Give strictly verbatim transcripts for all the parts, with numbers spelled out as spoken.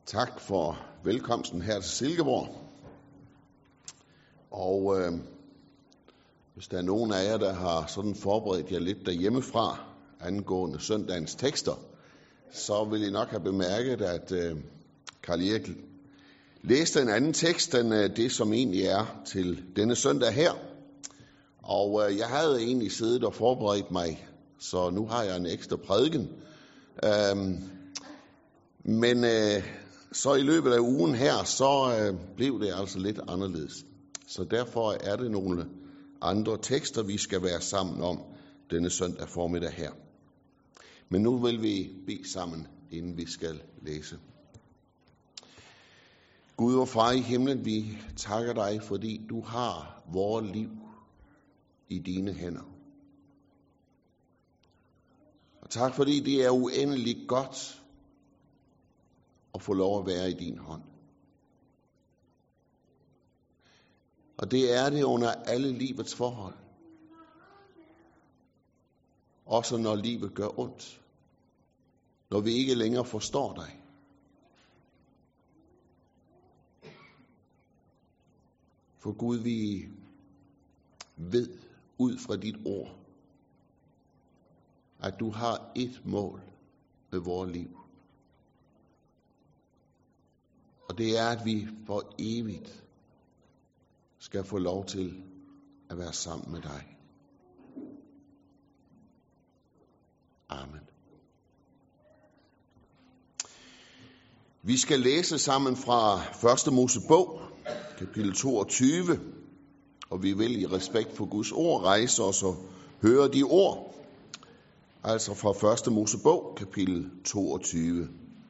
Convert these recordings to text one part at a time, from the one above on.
Tak for velkomsten her til Silkeborg. Og øh, hvis der er nogen af jer, der har sådan forberedt jer lidt derhjemmefra angående søndagens tekster, så vil I nok have bemærket, at øh, Karl Erik læste en anden tekst end øh, det, som egentlig er til denne søndag her. Og øh, jeg havde egentlig siddet og forberedt mig, så nu har jeg en ekstra prædiken. Øh, men øh, så i løbet af ugen her, så øh, blev det altså lidt anderledes. Så derfor er det nogle andre tekster, vi skal være sammen om denne søndag formiddag her. Men nu vil vi bede sammen, inden vi skal læse. Gud og far i himlen, vi takker dig, fordi du har vores liv i dine hænder. Og tak, fordi det er uendeligt godt at få lov at være i din hånd. Og det er det under alle livets forhold. Også når livet gør ondt. Når vi ikke længere forstår dig. For Gud, vi ved ud fra dit ord, at du har et mål med vores liv. Og det er, at vi for evigt skal få lov til at være sammen med dig. Amen. Vi skal læse sammen fra første Mosebog, kapitel toogtyve, og vi vil i respekt for Guds ord rejse os og høre de ord, altså fra første Mosebog, kapitel toogtyve.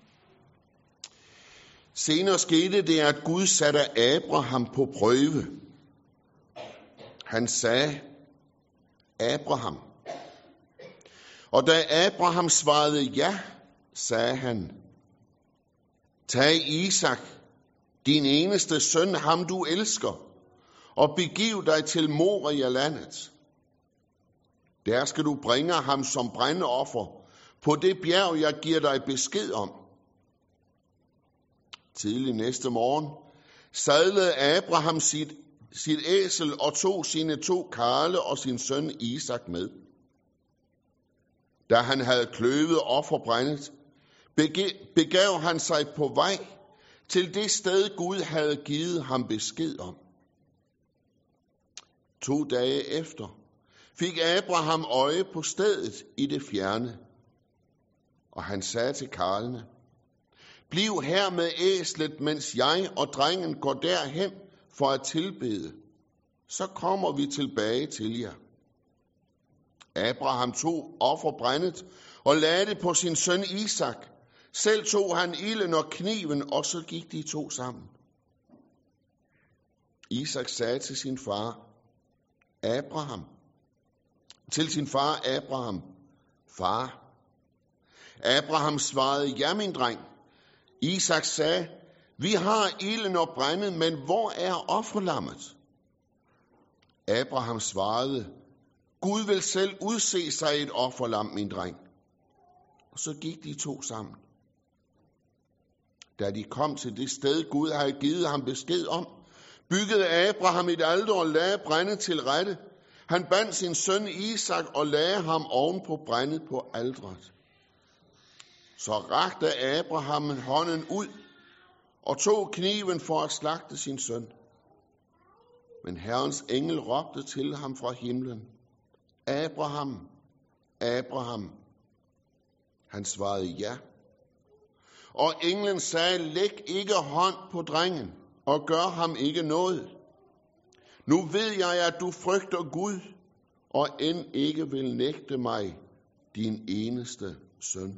Senere skete det, at Gud satte Abraham på prøve. Han sagde, Abraham. Og da Abraham svarede ja, sagde han, tag Isak, din eneste søn, ham du elsker, og begiv dig til Moria-landet. Der skal du bringe ham som brandoffer på det bjerg, jeg giver dig besked om. Tidlig næste morgen sadlede Abraham sit, sit æsel og tog sine to karle og sin søn Isak med. Da han havde kløvet offerbrændet, begav han sig på vej til det sted, Gud havde givet ham besked om. To dage efter fik Abraham øje på stedet i det fjerne, og han sagde til karlene, bliv her med æslet, mens jeg og drengen går derhen for at tilbede. Så kommer vi tilbage til jer. Abraham tog offerbrændet og lagde det på sin søn Isak. Selv tog han ilden og kniven, og så gik de to sammen. Isak sagde til sin far, Abraham, til sin far Abraham, far. Abraham svarede, ja min dreng. Isak sagde, vi har ilden og brændet, men hvor er offerlammet? Abraham svarede, Gud vil selv udse sig et offerlam, min dreng. Og så gik de to sammen. Da de kom til det sted, Gud havde givet ham besked om, byggede Abraham et alter og lagde brændet til rette. Han bandt sin søn Isak og lagde ham oven på brændet på alteret. Så rakte Abraham hånden ud og tog kniven for at slagte sin søn. Men Herrens engel råbte til ham fra himlen, Abraham, Abraham. Han svarede ja. Og englen sagde, læg ikke hånd på drengen og gør ham ikke noget. Nu ved jeg, at du frygter Gud og end ikke vil nægte mig, din eneste søn.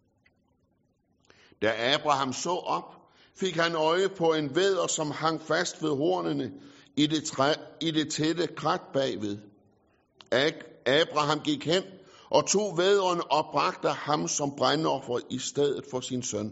Da Abraham så op, fik han øje på en vædder, som hang fast ved hornene i det, træ, i det tætte krat bagved. Abraham gik hen og tog vædderen og bragte ham som brandoffer i stedet for sin søn.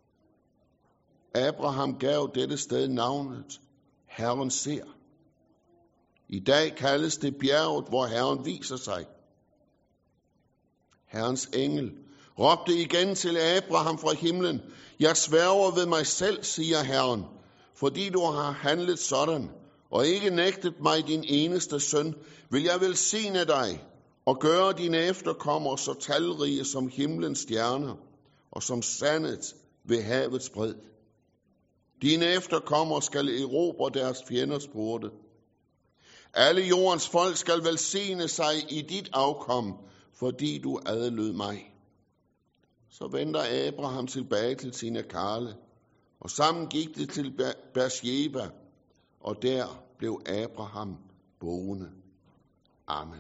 Abraham gav dette sted navnet Herren ser. I dag kaldes det bjerget, hvor Herren viser sig. Herrens engel råbte igen til Abraham fra himlen: Jeg sværger ved mig selv, siger Herren, fordi du har handlet sådan, og ikke nægtet mig din eneste søn, vil jeg velsigne dig og gøre dine efterkommere så talrige som himlens stjerner og som sandet ved havets bred. Dine efterkommere skal erobre deres fjenders porte. Alle jordens folk skal velsigne sig i dit afkom, fordi du adlød mig. Så vendte Abraham tilbage til sine karle, og sammen gik det til Beersheba, og der blev Abraham boende. Amen.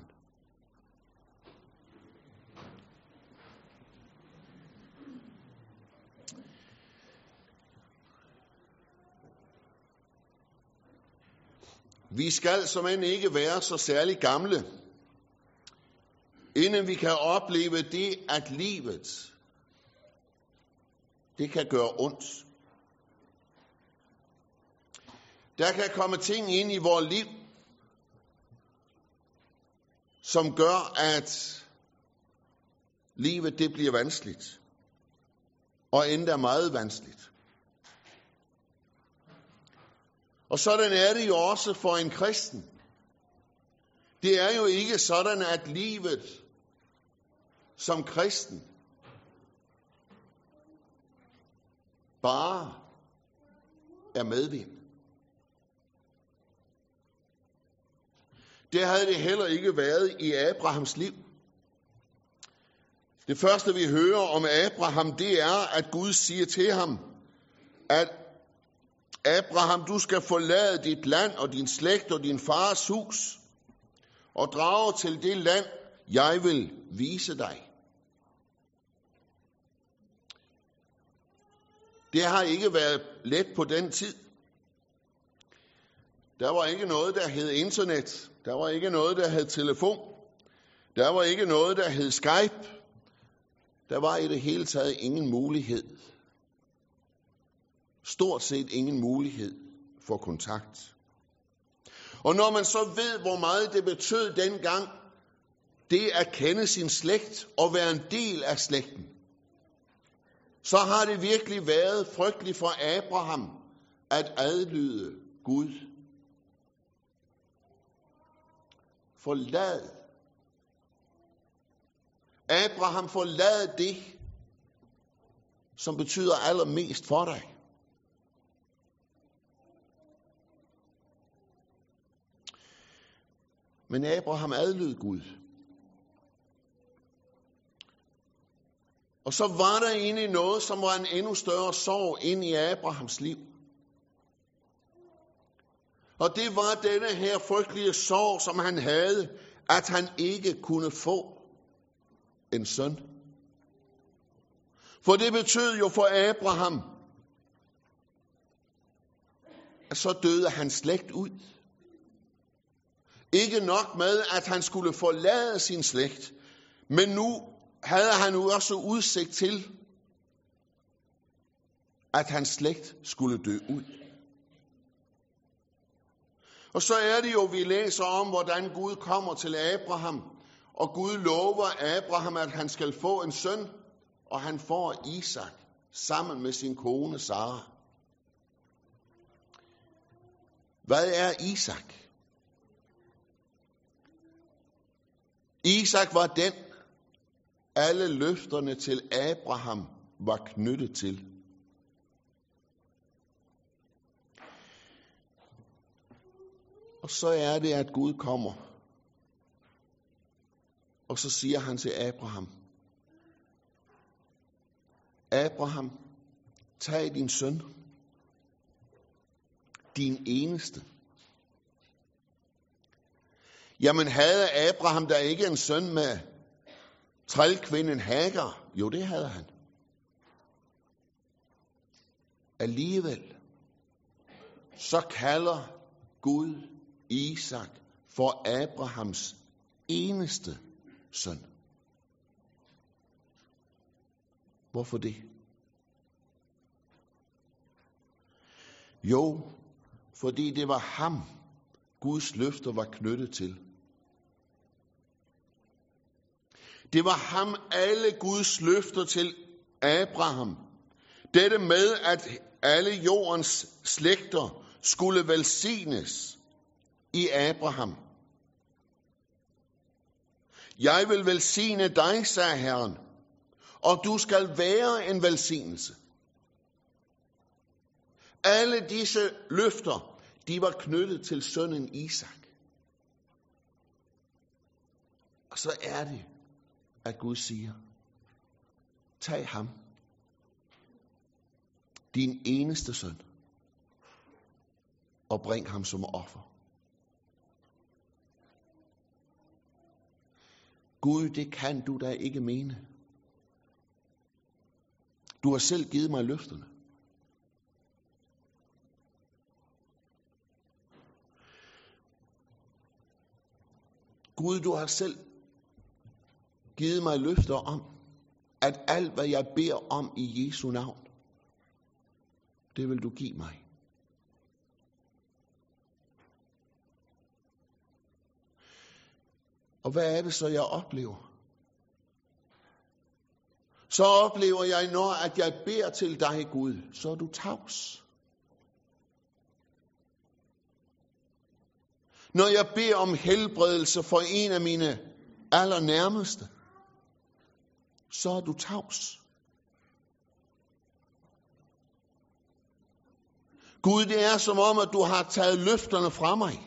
Vi skal som end ikke være så særlig gamle, inden vi kan opleve det, at livet, det kan gøre ondt. Der kan komme ting ind i vores liv, som gør, at livet det bliver vanskeligt, og endda meget vanskeligt. Og sådan er det jo også for en kristen. Det er jo ikke sådan, at livet som kristen bare er medvind. Det havde det heller ikke været i Abrahams liv. Det første vi hører om Abraham, det er, at Gud siger til ham, at Abraham, du skal forlade dit land og din slægt og din fars hus og drage til det land, jeg vil vise dig. Det har ikke været let på den tid. Der var ikke noget, der hed internet. Der var ikke noget, der hed telefon. Der var ikke noget, der hed Skype. Der var i det hele taget ingen mulighed. Stort set ingen mulighed for kontakt. Og når man så ved, hvor meget det betød dengang, det at kende sin slægt og være en del af slægten, så har det virkelig været frygteligt for Abraham at adlyde Gud. Forlad. Abraham, forlad det, som betyder allermest for dig. Men Abraham adlød Gud. Og så var der egentlig noget, som var en endnu større sorg ind i Abrahams liv. Og det var denne her frygtelige sorg, som han havde, at han ikke kunne få en søn. For det betød jo for Abraham, at så døde hans slægt ud. Ikke nok med, at han skulle forlade sin slægt, men nu havde han jo også udsigt til, at hans slægt skulle dø ud. Og så er det jo, vi læser om, hvordan Gud kommer til Abraham, og Gud lover Abraham, at han skal få en søn, og han får Isak sammen med sin kone Sara. Hvad er Isak? Isak var den, alle løfterne til Abraham var knyttet til. Og så er det, at Gud kommer. Og så siger han til Abraham, Abraham, tag din søn, din eneste. Jamen havde Abraham da ikke en søn med trælkvinden Hagar? Jo, det havde han. Alligevel, så kalder Gud Isak for Abrahams eneste søn. Hvorfor det? Jo, fordi det var ham, Guds løfter var knyttet til. Det var ham alle Guds løfter til Abraham. Dette med, at alle jordens slægter skulle velsignes i Abraham. Jeg vil velsigne dig, sagde Herren, og du skal være en velsignelse. Alle disse løfter, de var knyttet til sønnen Isak. Og så er det, at Gud siger, tag ham, din eneste søn, og bring ham som offer. Gud, det kan du da ikke mene. Du har selv givet mig løfterne. Gud, du har selv givet mig løfter om, at alt, hvad jeg beder om i Jesu navn, det vil du give mig. Og hvad er det så, jeg oplever? Så oplever jeg, når at jeg beder til dig, Gud, så er du tavs. Når jeg beder om helbredelse for en af mine allernærmeste, så er du tavs. Gud, det er som om, at du har taget løfterne fra mig.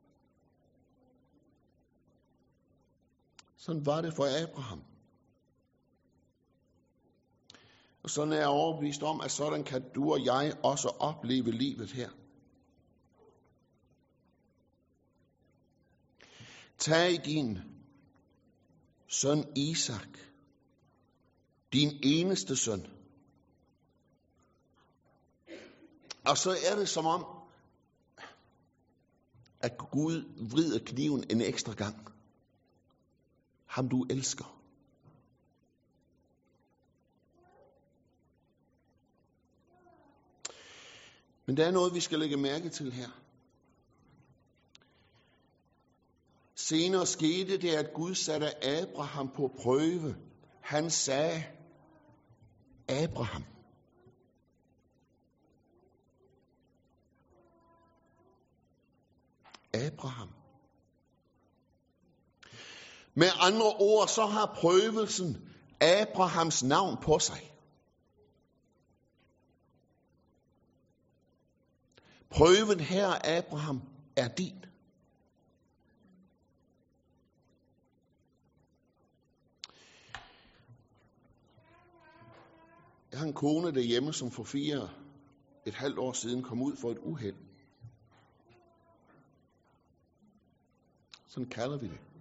Sådan var det for Abraham. Og sådan er jeg overbevist om, at sådan kan du og jeg også opleve livet her. Tag din søn Isak, din eneste søn. Og så er det som om, at Gud vrider kniven en ekstra gang. Ham du elsker. Men der er noget, vi skal lægge mærke til her. Senere skete det, at Gud satte Abraham på prøve. Han sagde, Abraham. Abraham. Med andre ord, så har prøvelsen Abrahams navn på sig. Prøven her, Abraham, er din. Jeg har en kone derhjemme, som for fire et halvt år siden kom ud for et uheld. Sådan kalder vi det.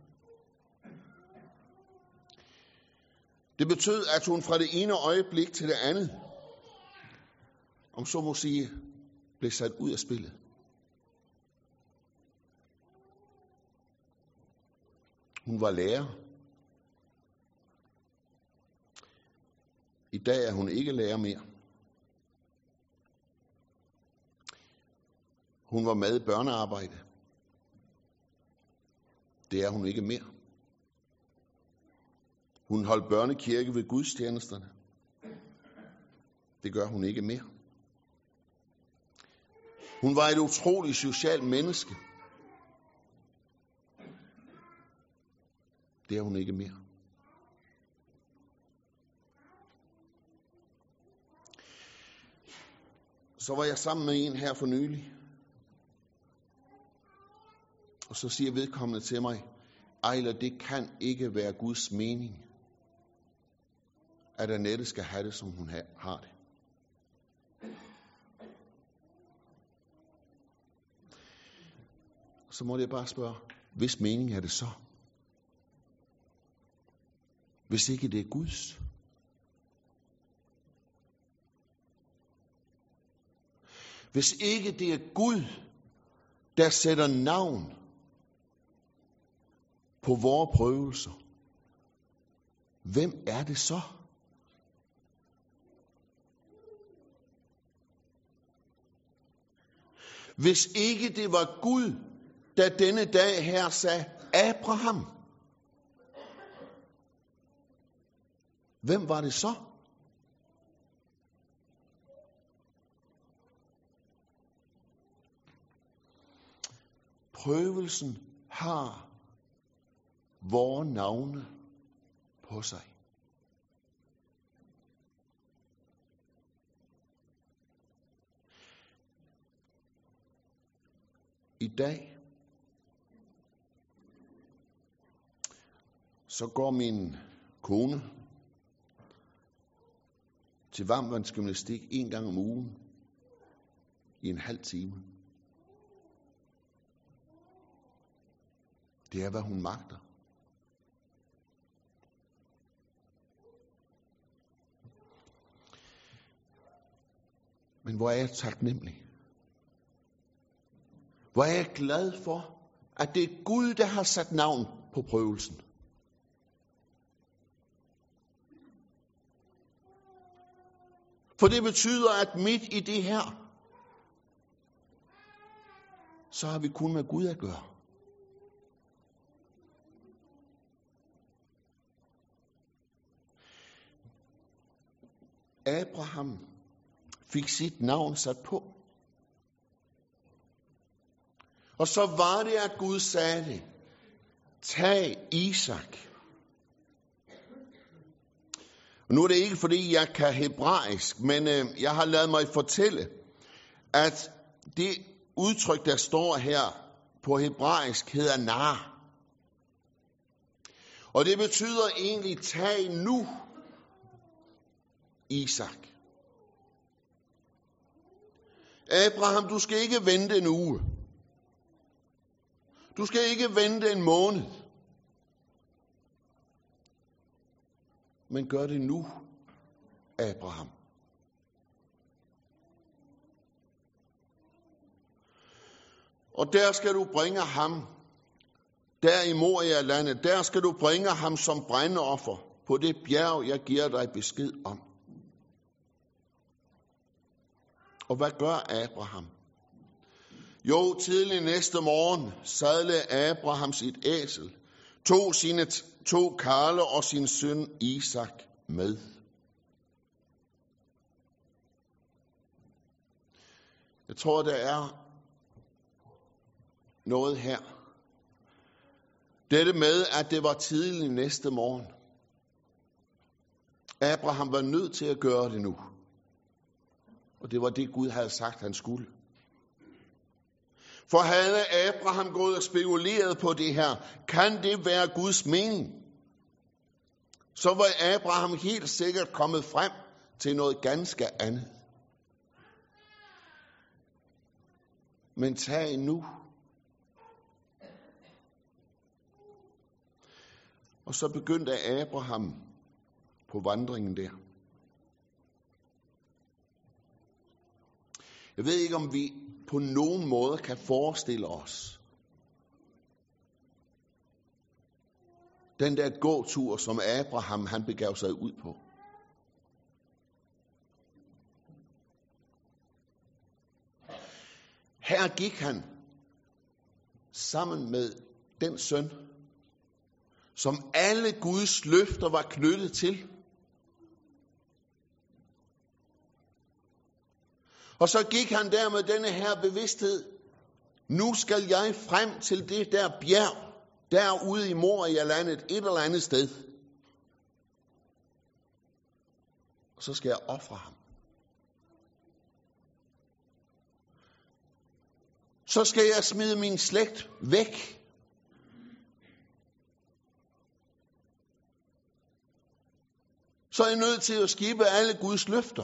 Det betød, at hun fra det ene øjeblik til det andet, om så må sige, blev sat ud af spillet. Hun var lærer. I dag er hun ikke lærer mere. Hun var med i børnearbejde. Det er hun ikke mere. Hun holdt børnekirke ved gudstjenesterne. Det gør hun ikke mere. Hun var et utroligt socialt menneske. Det er hun ikke mere. Så var jeg sammen med en her for nylig. Og så siger vedkommende til mig, Ejler, det kan ikke være Guds mening, at Annette skal have det, som hun har det. Så må jeg bare spørge, hvis mening er det så? Hvis ikke det er Guds? Hvis ikke det er Gud, der sætter navn på vores prøvelser, hvem er det så? Hvis ikke det var Gud, der denne dag her sagde, Abraham, hvem var det så? Prøvelsen har vore navne på sig. I dag så går min kone til varmvandsgymnastik en gang om ugen i en halv time. Det er, hvad hun magter. Men hvor er jeg taknemmelig. Hvor er jeg glad for, at det er Gud, der har sat navn på prøvelsen. For det betyder, at midt i det her, så har vi kun med Gud at gøre. Abraham fik sit navn sat på. Og så var det, at Gud sagde det. Tag Isak. Og nu er det ikke, fordi jeg kan hebraisk, men øh, jeg har ladet mig fortælle, at det udtryk, der står her på hebraisk, hedder nar. Og det betyder egentlig, tag nu Isak. Abraham, du skal ikke vente en uge. Du skal ikke vente en måned. Men gør det nu, Abraham. Og der skal du bringe ham, der i Moria-landet, der skal du bringe ham som brandoffer på det bjerg, jeg giver dig besked om. Og hvad gør Abraham? Jo, tidlig næste morgen sadlede Abraham sit æsel, tog sine to karle og sin søn Isak med. Jeg tror, der er noget her. Dette med, at det var tidlig næste morgen. Abraham var nødt til at gøre det nu. Og det var det, Gud havde sagt, han skulle. For havde Abraham gået og spekuleret på det her, kan det være Guds mening? Så var Abraham helt sikkert kommet frem til noget ganske andet. Men tag nu. Og så begyndte Abraham på vandringen der. Jeg ved ikke, om vi på nogen måde kan forestille os den der gåtur, som Abraham han begav sig ud på. Her gik han sammen med den søn, som alle Guds løfter var knyttet til. Og så gik han der med denne her bevidsthed. Nu skal jeg frem til det der bjerg, derude i Moria-landet, et eller andet sted. Og så skal jeg ofre ham. Så skal jeg smide min slægt væk. Så er jeg nødt til at skibe alle Guds løfter.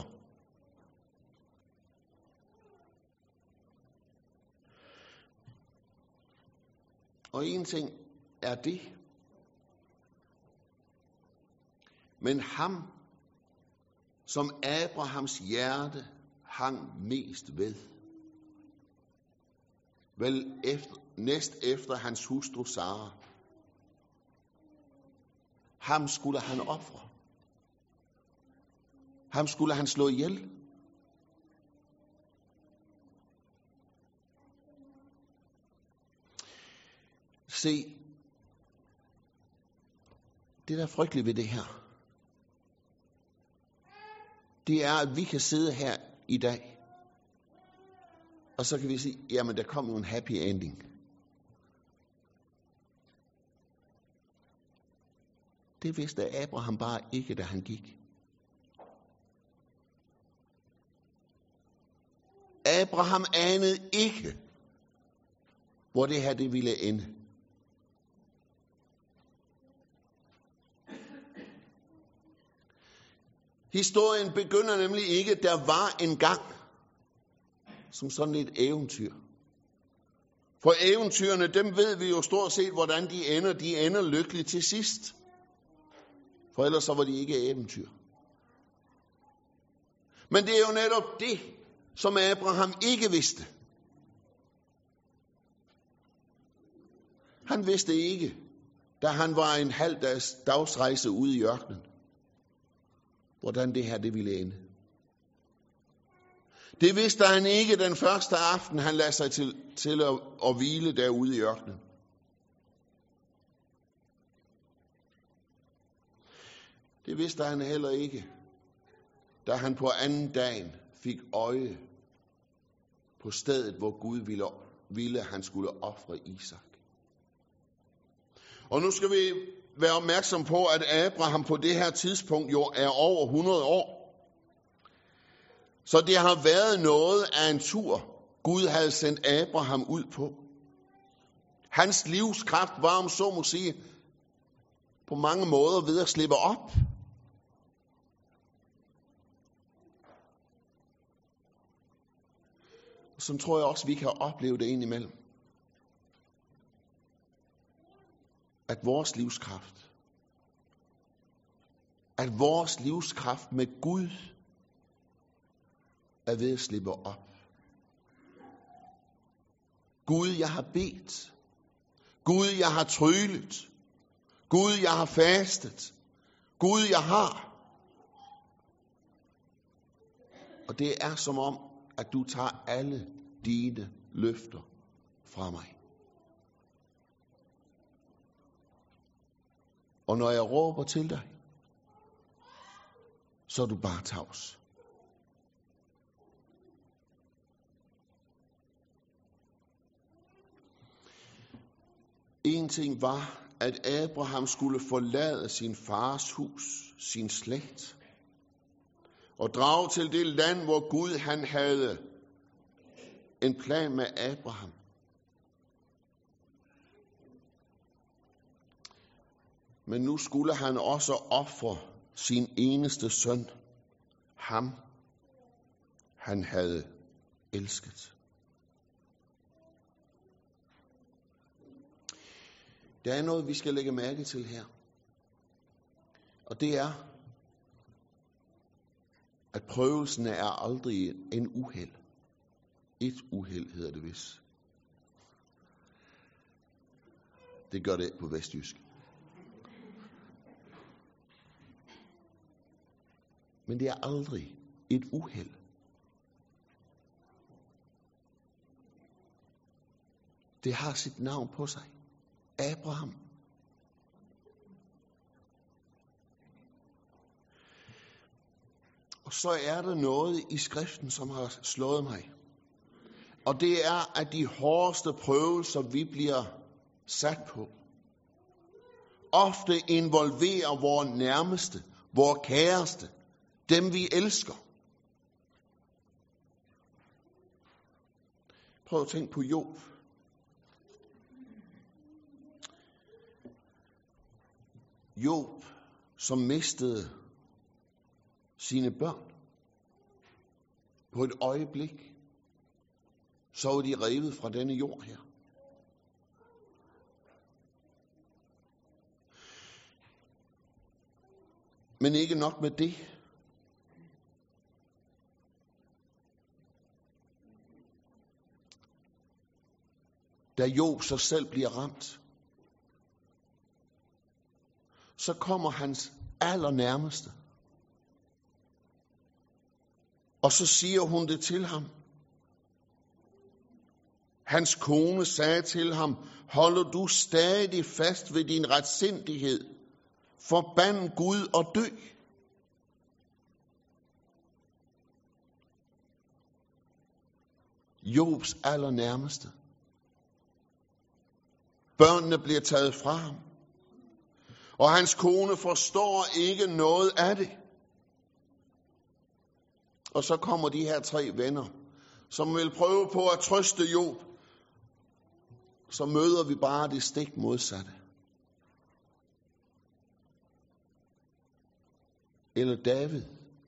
Og en ting er det. Men ham, som Abrahams hjerte hang mest ved, vel efter, næst efter hans hustru Sara, ham skulle han ofre. Ham skulle han slå ihjel. Se, det der er frygteligt ved det her, det er, at vi kan sidde her i dag, og så kan vi sige, jamen der kom jo en happy ending. Det vidste Abraham bare ikke, da han gik. Abraham anede ikke, hvor det her det ville ende. Historien begynder nemlig ikke, der var en gang, som sådan et eventyr. For eventyrene, dem ved vi jo stort set, hvordan de ender. De ender lykkeligt til sidst. For ellers så var de ikke eventyr. Men det er jo netop det, som Abraham ikke vidste. Han vidste ikke, da han var en halv dags dagsrejse ude i ørkenen, hvordan det her det ville ende. Det vidste han ikke den første aften, han lagde sig til, til at, at hvile derude i ørkenen. Det vidste han heller ikke, da han på anden dagen fik øje på stedet, hvor Gud ville, ville han skulle ofre Isak. Og nu skal vi være opmærksom på, at Abraham på det her tidspunkt jo er over hundrede år. Så det har været noget af en tur, Gud havde sendt Abraham ud på. Hans livskraft var, om så må sige, på mange måder ved at slippe op. Og sådan tror jeg også, vi kan opleve det indimellem. At vores livskraft, at vores livskraft med Gud er ved at slippe op. Gud, jeg har bedt. Gud, jeg har tryglet. Gud, jeg har fastet. Gud, jeg har. Og det er som om, at du tager alle dine løfter fra mig. Og når jeg råber til dig, så er du bare tavs. En ting var, at Abraham skulle forlade sin fars hus, sin slægt, og drage til det land, hvor Gud han havde en plan med Abraham. Men nu skulle han også ofre sin eneste søn, ham han havde elsket. Der er noget, vi skal lægge mærke til her. Og det er, at prøvelsen er aldrig en uheld. Et uheld hedder det vist. Det gør det på vestjysk. Men det er aldrig et uheld. Det har sit navn på sig. Abraham. Og så er der noget i skriften, som har slået mig. Og det er, at de hårdeste prøvelser, vi bliver sat på, ofte involverer vores nærmeste, vores kæreste, dem vi elsker. Prøv at tænke på Job. Job, som mistede sine børn på et øjeblik, så var de revet fra denne jord her. Men ikke nok med det. Da Job så selv bliver ramt, så kommer hans allernærmeste. Og så siger hun det til ham. Hans kone sagde til ham, holder du stadig fast ved din retsindighed? Forband Gud og dø. Jobs allernærmeste. Børnene bliver taget fra ham. Og hans kone forstår ikke noget af det. Og så kommer de her tre venner, som vil prøve på at trøste Job. Så møder vi bare det stik modsatte. Eller David.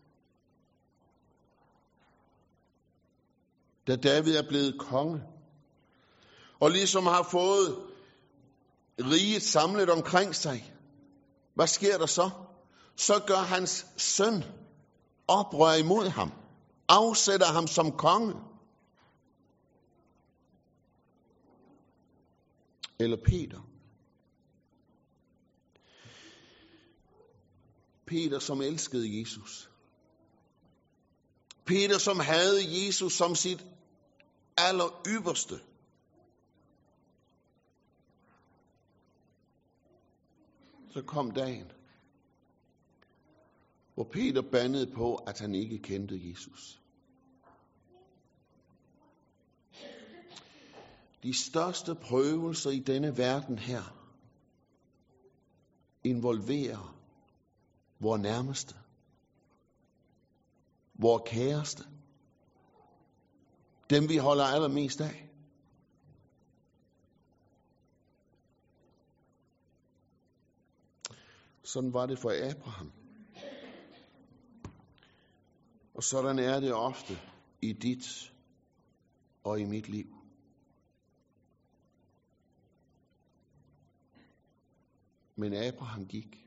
Da David er blevet konge, og ligesom har fået riget samlet omkring sig, hvad sker der så? Så gør hans søn oprør imod ham, afsætter ham som konge. Eller Peter. Peter, som elskede Jesus. Peter, som havde Jesus som sit allerypperste. Så kom dagen, hvor Peter bandede på, at han ikke kendte Jesus. De største prøvelser i denne verden her involverer vor nærmeste, vor kæreste, dem vi holder allermest af. Sådan var det for Abraham. Og sådan er det ofte i dit og i mit liv. Men Abraham gik.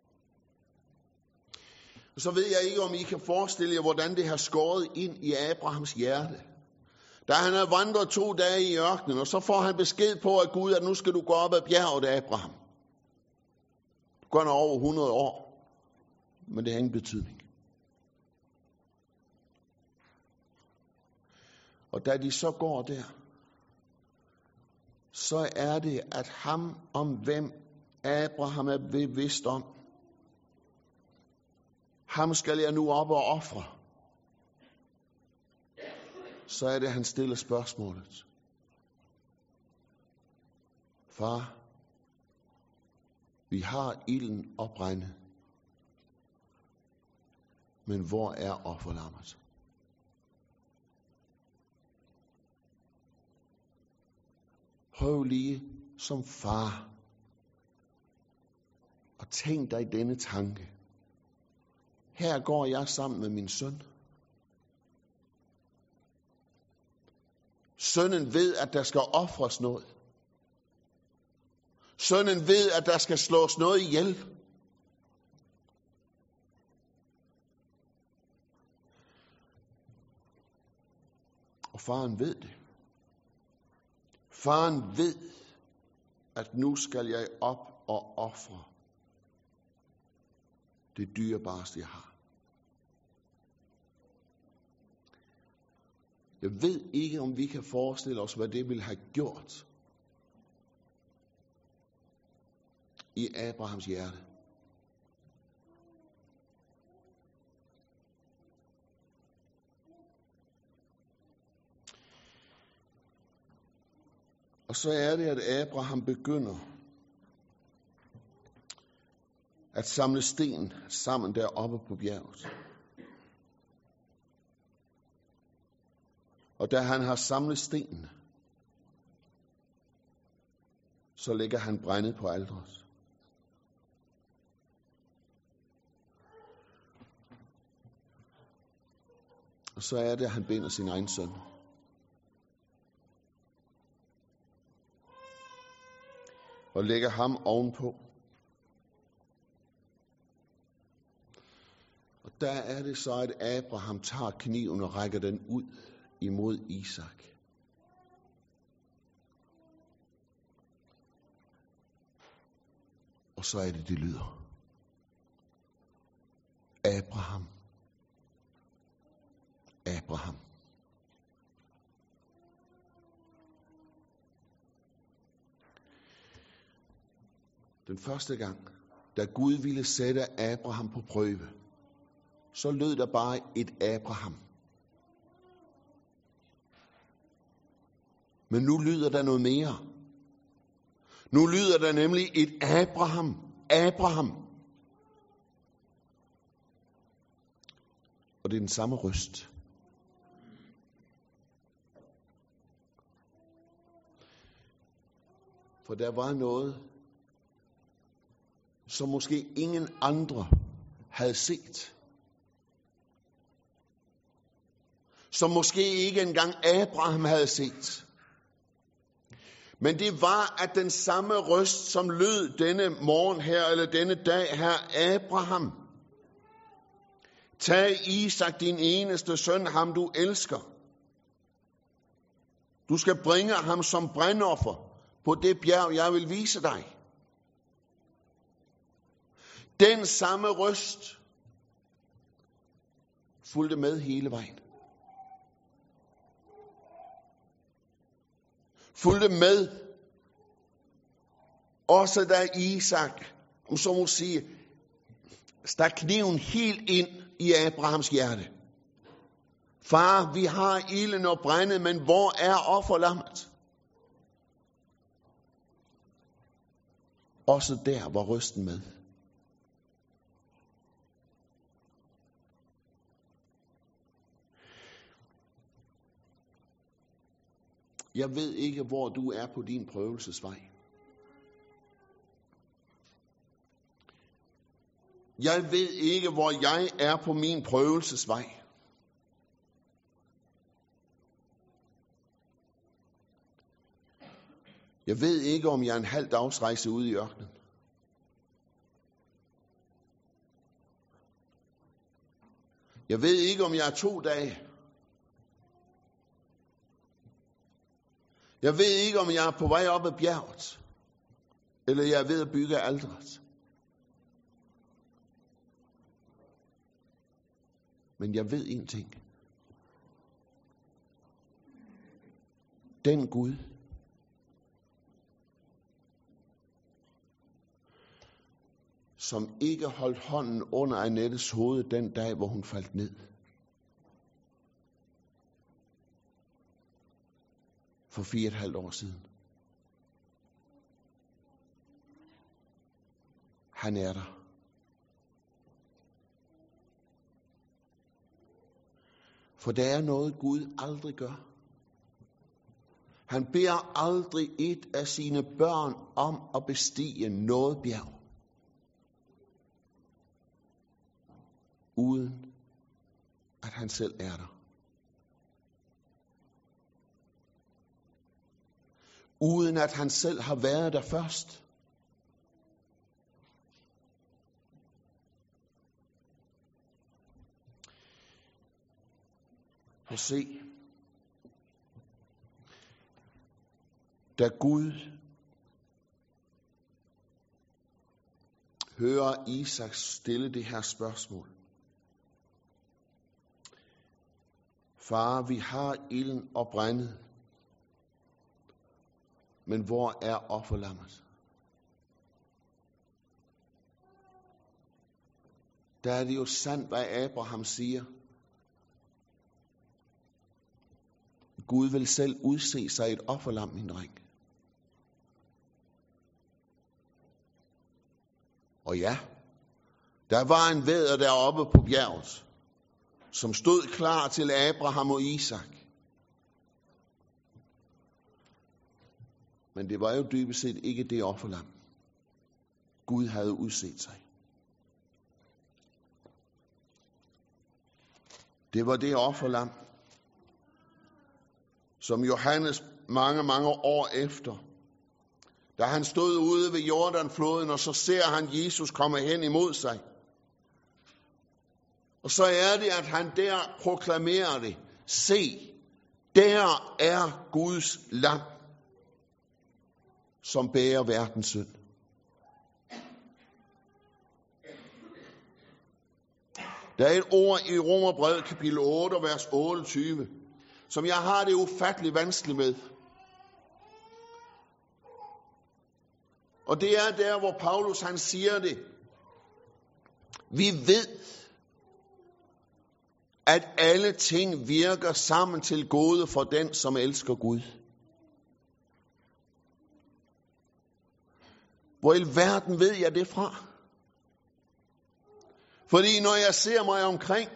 Og så ved jeg ikke, om I kan forestille jer, hvordan det har skåret ind i Abrahams hjerte. Da han havde vandret to dage i ørkenen, og så får han besked på af Gud, at nu skal du gå op ad bjerget, Abraham. Du går over hundrede år, men det har ingen betydning. Og da de så går der, så er det, at ham om hvem Abraham er bevidst om, ham skal jeg nu op og ofre. Så er det, han stiller spørgsmålet. Far, vi har ilden opregnet, men hvor er offerlammet? Prøv lige som far og tænk dig denne tanke. Her går jeg sammen med min søn. Sønnen ved, at der skal ofres noget. Sønnen ved, at der skal slås noget ihjel. Og faren ved det. Faren ved, at nu skal jeg op og ofre det dyrebareste, jeg har. Jeg ved ikke, om vi kan forestille os, hvad det ville have gjort i Abrahams hjerte. Og så er det, at Abraham begynder at samle sten sammen deroppe på bjerget. Og da han har samlet stenene, så lægger han brændet på alteret. Og så er det, at han binder sin egen søn. Og lægger ham ovenpå. Og der er det så, at Abraham tager kniven og rækker den ud imod Isak. Og så er det, det lyder. Abraham. Abraham. Den første gang, da Gud ville sætte Abraham på prøve, så lød der bare et Abraham. Men nu lyder der noget mere. Nu lyder der nemlig et Abraham. Abraham. Og det er den samme røst. For der var noget, som måske ingen andre havde set. Som måske ikke engang Abraham havde set. Men det var, at den samme røst, som lød denne morgen her, eller denne dag her, Abraham, tag Isak, din eneste søn, ham du elsker. Du skal bringe ham som brandoffer på det bjerg, jeg vil vise dig. Den samme røst fulgte med hele vejen. Fulgte med, også da Isak, om så må sige, stak kniven helt ind i Abrahams hjerte. Far, vi har ilden og brændet, men hvor er offerlammet? Også der var røsten med. Jeg ved ikke, hvor du er på din prøvelsesvej. Jeg ved ikke, hvor jeg er på min prøvelsesvej. Jeg ved ikke, om jeg er en halv dagsrejse ude i ørkenen. Jeg ved ikke, om jeg er to dage. Jeg ved ikke, om jeg er på vej op ad bjerget, eller jeg er ved at bygge alteret. Men jeg ved en ting. Den Gud, som ikke holdt hånden under Annettes hoved den dag, hvor hun faldt ned. For fire og et halvt år siden. Han er der. For der er noget, Gud aldrig gør. Han beder aldrig et af sine børn om at bestige noget bjerg, uden at han selv er der. Uden at han selv har været der først. Og se, da Gud hører Isak stille det her spørgsmål. Far, vi har ilden og brændet, men hvor er offerlammet? Der er det jo sandt, hvad Abraham siger. Gud vil selv udse sig et offerlam, min dreng. Og ja, der var en vædder deroppe på bjerget, som stod klar til Abraham og Isak. Men det var jo dybest set ikke det offerlam, Gud havde udset sig. Det var det offerlam, som Johannes mange, mange år efter, da han stod ude ved Jordanfloden, og så ser han Jesus komme hen imod sig. Og så er det, at han der proklamerer det. Se, der er Guds lam, som bærer verdens synd. Der er et ord i Romerbrevet kapitel otte, vers otteogtyve, som jeg har det ufatteligt vanskeligt med. Og det er der, hvor Paulus han siger det. Vi ved, at alle ting virker sammen til gode for den, som elsker Gud. Hvor i verden ved jeg det fra? Fordi når jeg ser mig omkring,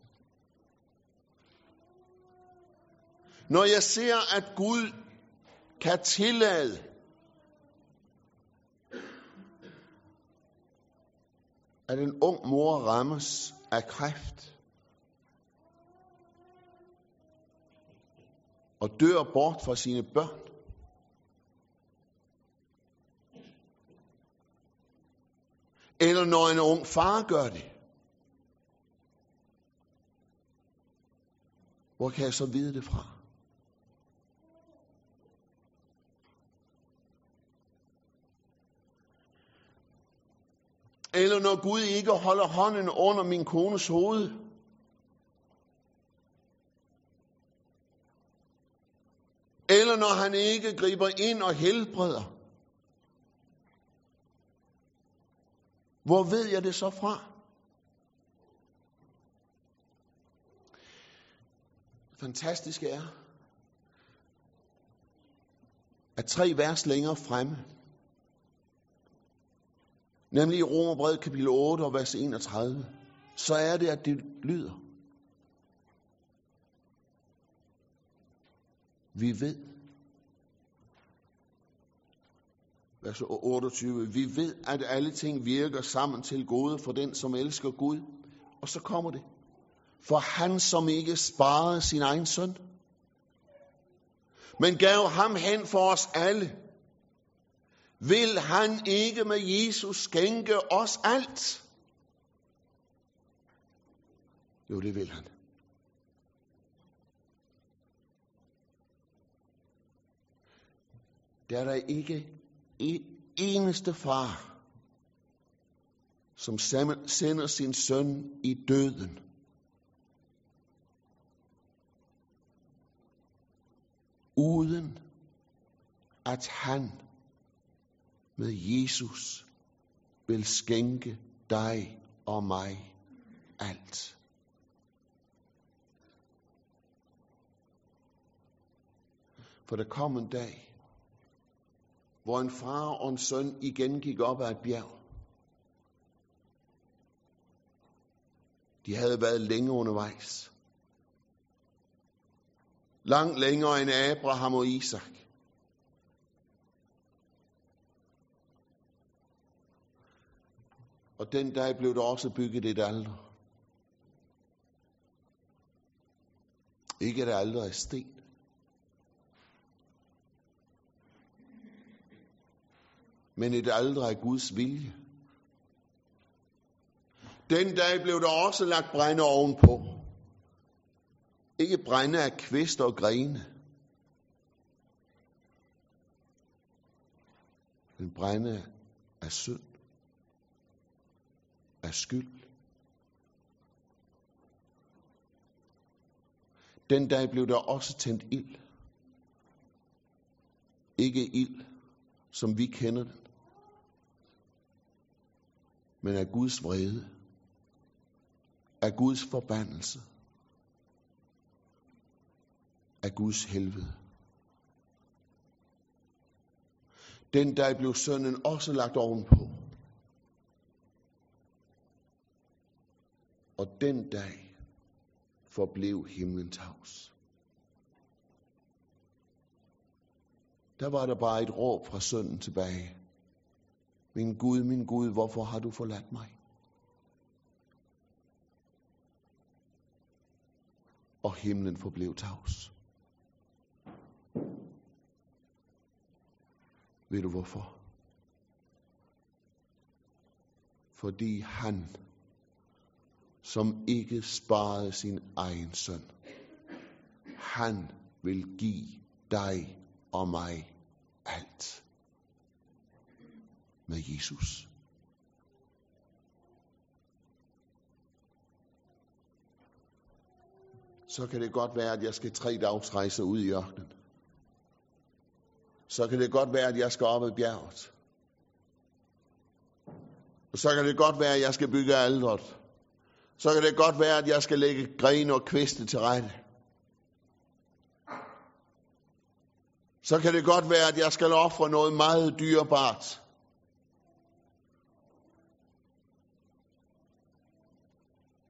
når jeg ser, at Gud kan tillade, at en ung mor rammes af kræft og dør bort fra sine børn, eller når en ung far gør det, hvor kan jeg så vide det fra? Eller når Gud ikke holder hånden under min kones hoved, eller når han ikke griber ind og helbreder, hvor ved jeg det så fra? Det fantastiske er, at tre vers længere fremme, nemlig i Romerbrevet kapitel otte og vers enogtredive, så er det, at det lyder. Vi ved, vers otteogtyve, vi ved, at alle ting virker sammen til gode for den, som elsker Gud. Og så kommer det. For han, som ikke sparede sin egen søn, men gav ham hen for os alle, vil han ikke med Jesus skænke os alt? Jo, det vil han. Der er der ikke en eneste far, som sender sin søn i døden, uden at han med Jesus vil skænke dig og mig alt. For der kom en dag, hvor en far og en søn igen gik op ad et bjerg. De havde været længe undervejs. Langt længere end Abraham og Isak. Og den dag blev der også bygget et alter. Ikke et alter af sten. Men et alter af Guds vilje. Den dag blev der også lagt brænde ovenpå. Ikke brænde af kvist og grene, men brænde af synd, af skyld. Den dag blev der også tændt ild. Ikke ild, som vi kender den, men af Guds vrede, af Guds forbandelse, af Guds helvede. Den dag blev sønnen også lagt ovenpå. Og den dag forblev himlen tavs. Der var der bare et råb fra sønnen tilbage. Min Gud, min Gud, hvorfor har du forladt mig? Og himlen forblev tavs. Ved du hvorfor? Fordi han, som ikke sparede sin egen søn, han vil give dig og mig alt med Jesus. Så kan det godt være, at jeg skal tre dages rejse ud i ørkenen. Så kan det godt være, at jeg skal op ad bjerget. Og så kan det godt være, at jeg skal bygge alteret. Så kan det godt være, at jeg skal lægge grene og kviste til rette. Så kan det godt være, at jeg skal ofre noget meget dyrebart.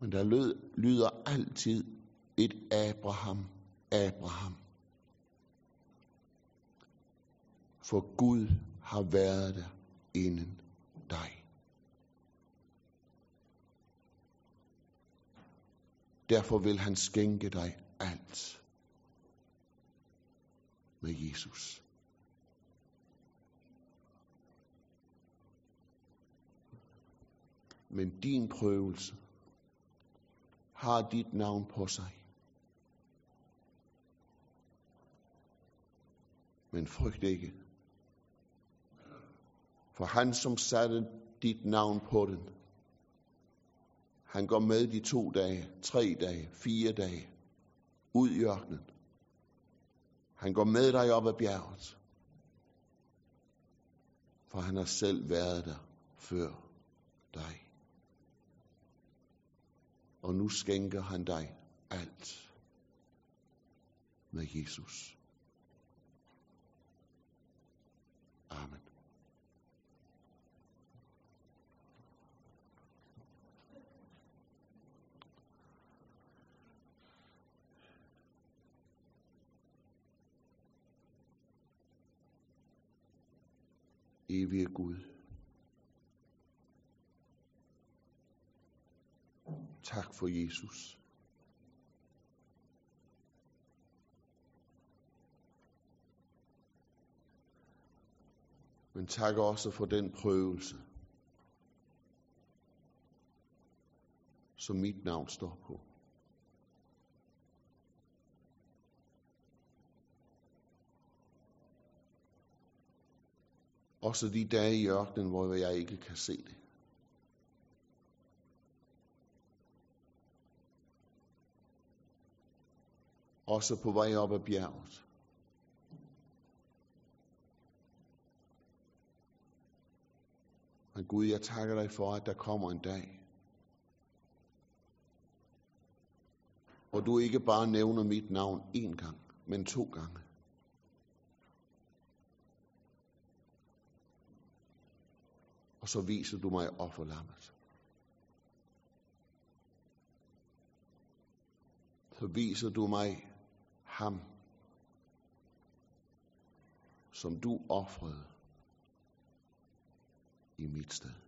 Men der lød, lyder altid et Abraham, Abraham. For Gud har været der inden dig. Derfor vil han skænke dig alt med Jesus. Men din prøvelse har dit navn på sig. Men frygt ikke. For han, som satte dit navn på den, han går med de to dage, tre dage, fire dage, ud i ørkenen. Han går med dig op ad bjerget. For han har selv været der før dig. Og nu skænker han dig alt med Jesus. Amen. Evige Gud, tak for Jesus. Men tak også for den prøvelse, som mit navn står på. Også de dage i ørkenen, hvor jeg ikke kan se det. Også på vej op ad bjerget. Men Gud, jeg takker dig for, at der kommer en dag, hvor du ikke bare nævner mit navn én gang, men to gange. Og så viser du mig offerlammet. Så viser du mig ham, som du ofrede i mit sted.